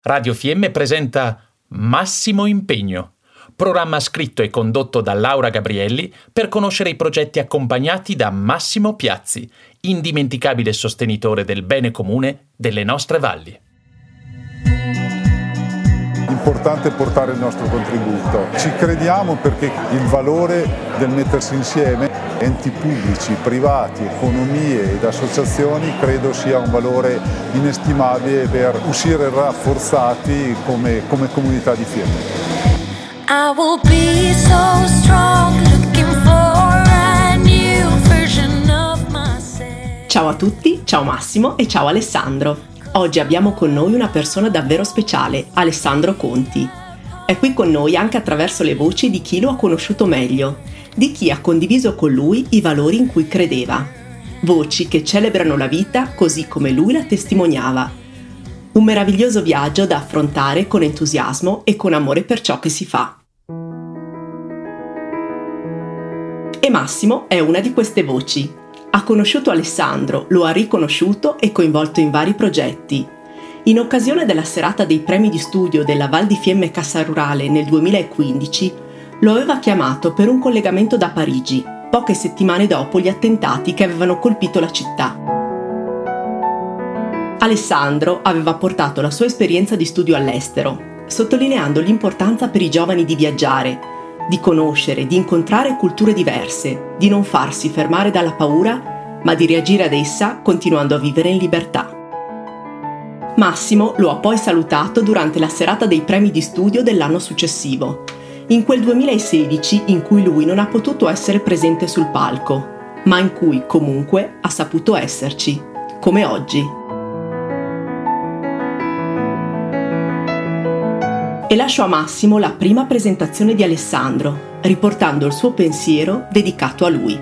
Radio Fiemme presenta Massimo Impegno, programma scritto e condotto da Laura Gabrielli per conoscere i progetti accompagnati da Massimo Piazzi, indimenticabile sostenitore del bene comune delle nostre valli. Importante portare il nostro contributo. Ci crediamo perché il valore del mettersi insieme, enti pubblici, privati, economie ed associazioni, credo sia un valore inestimabile per uscire rafforzati come comunità di Fiemme. I will be so strong, looking for a new version of myself. Ciao a tutti, ciao Massimo e ciao Alessandro. Oggi abbiamo con noi una persona davvero speciale, Alessandro Conti. È qui con noi anche attraverso le voci di chi lo ha conosciuto meglio, di chi ha condiviso con lui i valori in cui credeva. Voci che celebrano la vita così come lui la testimoniava. Un meraviglioso viaggio da affrontare con entusiasmo e con amore per ciò che si fa. E Massimo è una di queste voci. Ha conosciuto Alessandro, lo ha riconosciuto e coinvolto in vari progetti. In occasione della serata dei premi di studio della Val di Fiemme Cassa Rurale nel 2015, lo aveva chiamato per un collegamento da Parigi, poche settimane dopo gli attentati che avevano colpito la città. Alessandro aveva portato la sua esperienza di studio all'estero, sottolineando l'importanza per i giovani di viaggiare, di conoscere, di incontrare culture diverse, di non farsi fermare dalla paura, ma di reagire ad essa continuando a vivere in libertà. Massimo lo ha poi salutato durante la serata dei premi di studio dell'anno successivo, in quel 2016 in cui lui non ha potuto essere presente sul palco, ma in cui comunque ha saputo esserci, come oggi. E lascio a Massimo la prima presentazione di Alessandro, riportando il suo pensiero dedicato a lui.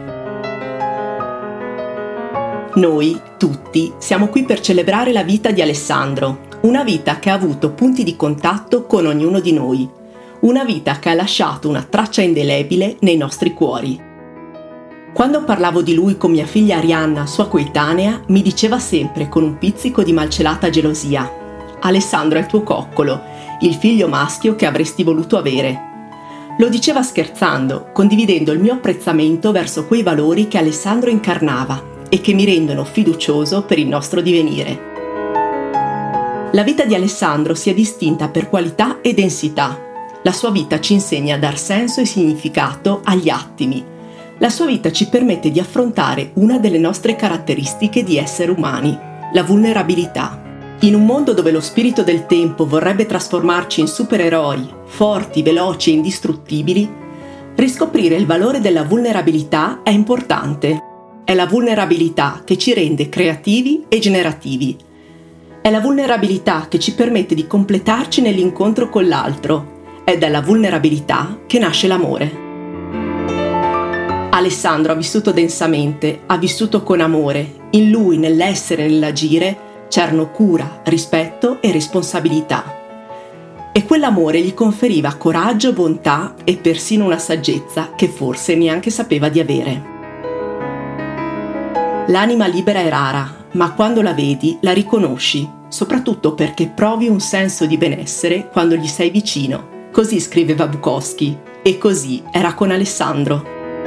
Noi, tutti, siamo qui per celebrare la vita di Alessandro, una vita che ha avuto punti di contatto con ognuno di noi, una vita che ha lasciato una traccia indelebile nei nostri cuori. Quando parlavo di lui con mia figlia Arianna, sua coetanea, mi diceva sempre con un pizzico di malcelata gelosia: Alessandro è il tuo coccolo, il figlio maschio che avresti voluto avere. Lo diceva scherzando, condividendo il mio apprezzamento verso quei valori che Alessandro incarnava e che mi rendono fiducioso per il nostro divenire. La vita di Alessandro si è distinta per qualità e densità. La sua vita ci insegna a dar senso e significato agli attimi. La sua vita ci permette di affrontare una delle nostre caratteristiche di esseri umani, la vulnerabilità. In un mondo dove lo spirito del tempo vorrebbe trasformarci in supereroi, forti, veloci e indistruttibili, riscoprire il valore della vulnerabilità è importante. È la vulnerabilità che ci rende creativi e generativi. È la vulnerabilità che ci permette di completarci nell'incontro con l'altro. È dalla vulnerabilità che nasce l'amore. Alessandro ha vissuto densamente, ha vissuto con amore. In lui, nell'essere e nell'agire, c'erano cura, rispetto e responsabilità. E quell'amore gli conferiva coraggio, bontà e persino una saggezza che forse neanche sapeva di avere. L'anima libera è rara, ma quando la vedi la riconosci, soprattutto perché provi un senso di benessere quando gli sei vicino. Così scriveva Bukowski, e così era con Alessandro.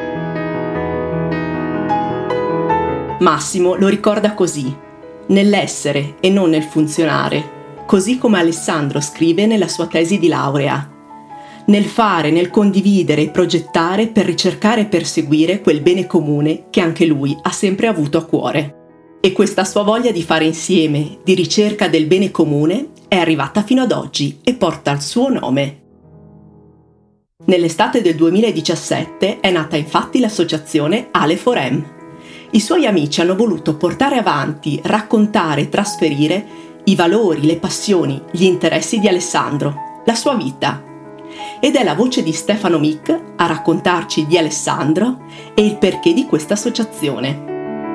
Massimo lo ricorda così: nell'essere e non nel funzionare, così come Alessandro scrive nella sua tesi di laurea. Nel fare, nel condividere e progettare per ricercare e perseguire quel bene comune che anche lui ha sempre avuto a cuore. E questa sua voglia di fare insieme, di ricerca del bene comune, è arrivata fino ad oggi e porta il suo nome. Nell'estate del 2017 è nata infatti l'associazione Ale4M. I suoi amici hanno voluto portare avanti, raccontare e trasferire i valori, le passioni, gli interessi di Alessandro, la sua vita. Ed è la voce di Stefano Mick a raccontarci di Alessandro e il perché di questa associazione.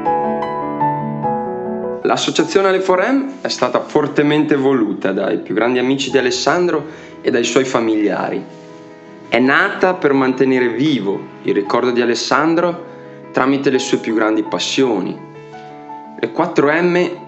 L'associazione Ale4M è stata fortemente voluta dai più grandi amici di Alessandro e dai suoi familiari. È nata per mantenere vivo il ricordo di Alessandro tramite le sue più grandi passioni. Le 4M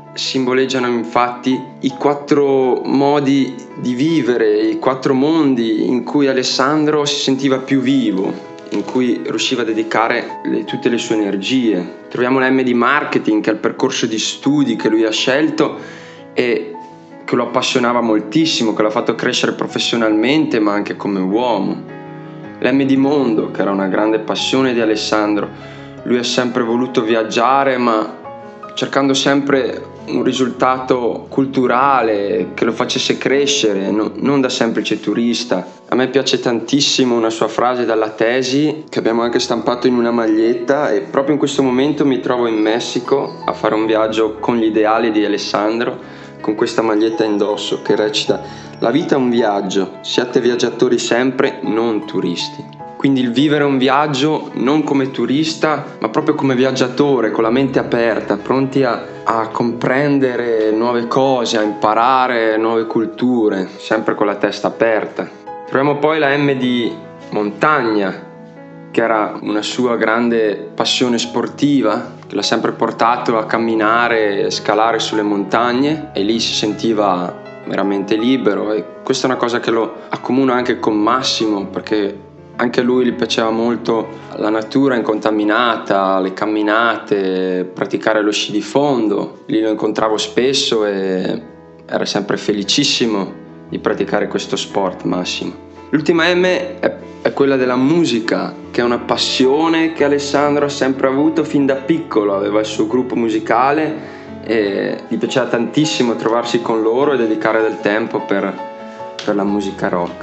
simboleggiano infatti i 4 modi di vivere, i 4 mondi in cui Alessandro si sentiva più vivo, in cui riusciva a dedicare tutte le sue energie. Troviamo la M di marketing, che è il percorso di studi che lui ha scelto e che lo appassionava moltissimo, che l'ha fatto crescere professionalmente ma anche come uomo. La M di mondo, che era una grande passione di Alessandro. Lui ha sempre voluto viaggiare, ma cercando sempre un risultato culturale che lo facesse crescere, non da semplice turista. A me piace tantissimo una sua frase dalla tesi che abbiamo anche stampato in una maglietta, e proprio in questo momento mi trovo in Messico a fare un viaggio con gli ideali di Alessandro, con questa maglietta indosso che recita: la vita è un viaggio, siate viaggiatori sempre, non turisti. Quindi il vivere un viaggio non come turista, ma proprio come viaggiatore, con la mente aperta, pronti a comprendere nuove cose, a imparare nuove culture, sempre con la testa aperta. Troviamo poi la M di montagna, che era una sua grande passione sportiva, che l'ha sempre portato a camminare e scalare sulle montagne, e lì si sentiva veramente libero. E questa è una cosa che lo accomuna anche con Massimo, perché anche a lui gli piaceva molto la natura incontaminata, le camminate, praticare lo sci di fondo. Lì lo incontravo spesso e era sempre felicissimo di praticare questo sport, Massimo. L'ultima M è quella della musica, che è una passione che Alessandro ha sempre avuto fin da piccolo. Aveva il suo gruppo musicale e gli piaceva tantissimo trovarsi con loro e dedicare del tempo per la musica rock.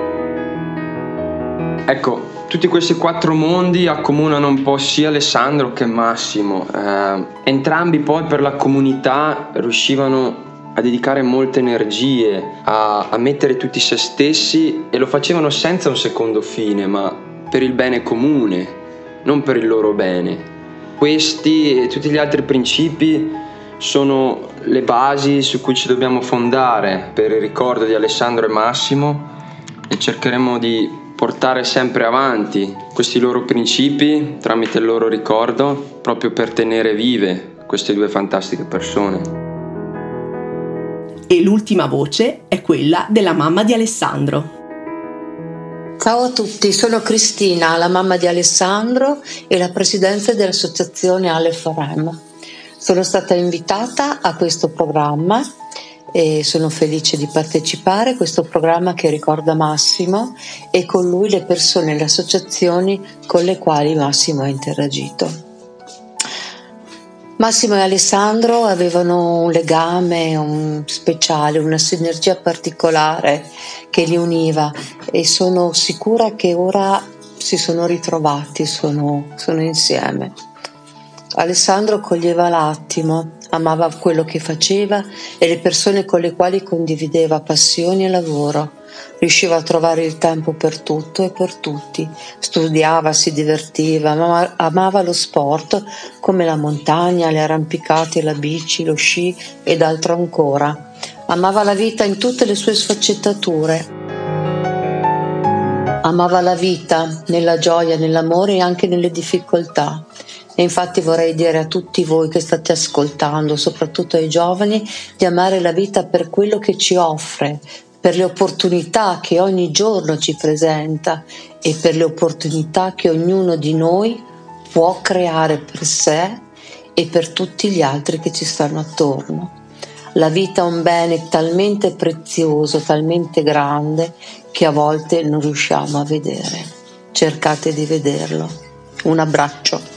Ecco, tutti questi 4 mondi accomunano un po' sia Alessandro che Massimo. Entrambi poi per la comunità riuscivano a dedicare molte energie, a mettere tutti se stessi, e lo facevano senza un secondo fine, ma per il bene comune, non per il loro bene. Questi e tutti gli altri principi sono le basi su cui ci dobbiamo fondare per il ricordo di Alessandro e Massimo, e cercheremo di portare sempre avanti questi loro principi tramite il loro ricordo, proprio per tenere vive queste 2 fantastiche persone. E l'ultima voce è quella della mamma di Alessandro. Ciao a tutti, sono Cristina, la mamma di Alessandro e la presidente dell'associazione Ale4M. Sono stata invitata a questo programma e sono felice di partecipare a questo programma che ricorda Massimo e con lui le persone e le associazioni con le quali Massimo ha interagito. Massimo e Alessandro avevano un legame speciale, una sinergia particolare che li univa, e sono sicura che ora si sono ritrovati, sono insieme. Alessandro coglieva l'attimo, amava quello che faceva e le persone con le quali condivideva passioni e lavoro. Riusciva a trovare il tempo per tutto e per tutti. Studiava, si divertiva, amava lo sport come la montagna, le arrampicate, la bici, lo sci ed altro ancora. Amava la vita in tutte le sue sfaccettature. Amava la vita nella gioia, nell'amore e anche nelle difficoltà. E infatti vorrei dire a tutti voi che state ascoltando, soprattutto ai giovani, di amare la vita per quello che ci offre, per le opportunità che ogni giorno ci presenta e per le opportunità che ognuno di noi può creare per sé e per tutti gli altri che ci stanno attorno. La vita è un bene talmente prezioso, talmente grande, che a volte non riusciamo a vedere. Cercate di vederlo. Un abbraccio.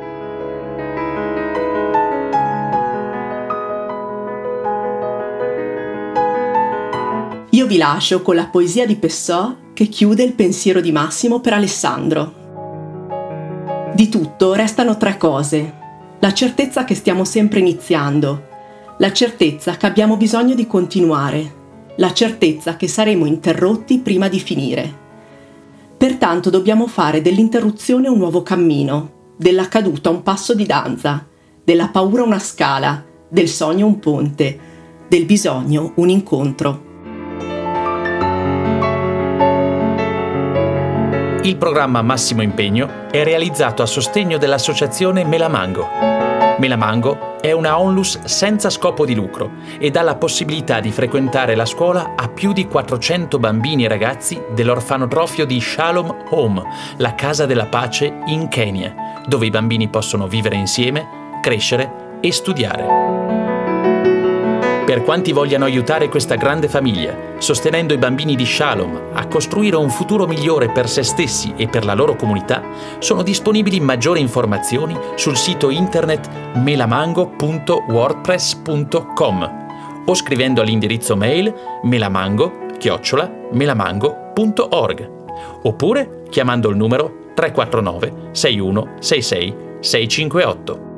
Io vi lascio con la poesia di Pessoa che chiude il pensiero di Massimo per Alessandro. Di tutto restano 3 cose: la certezza che stiamo sempre iniziando, la certezza che abbiamo bisogno di continuare, la certezza che saremo interrotti prima di finire. Pertanto dobbiamo fare dell'interruzione un nuovo cammino, della caduta un passo di danza, della paura una scala, del sogno un ponte, del bisogno un incontro. Il programma Massimo Impegno è realizzato a sostegno dell'associazione Melamango. Melamango è una onlus senza scopo di lucro e dà la possibilità di frequentare la scuola a più di 400 bambini e ragazzi dell'orfanotrofio di Shalom Home, la Casa della Pace in Kenya, dove i bambini possono vivere insieme, crescere e studiare. Per quanti vogliano aiutare questa grande famiglia, sostenendo i bambini di Shalom a costruire un futuro migliore per se stessi e per la loro comunità, sono disponibili maggiori informazioni sul sito internet melamango.wordpress.com o scrivendo all'indirizzo mail melamango@melamango.org oppure chiamando il numero 349 61 66 658.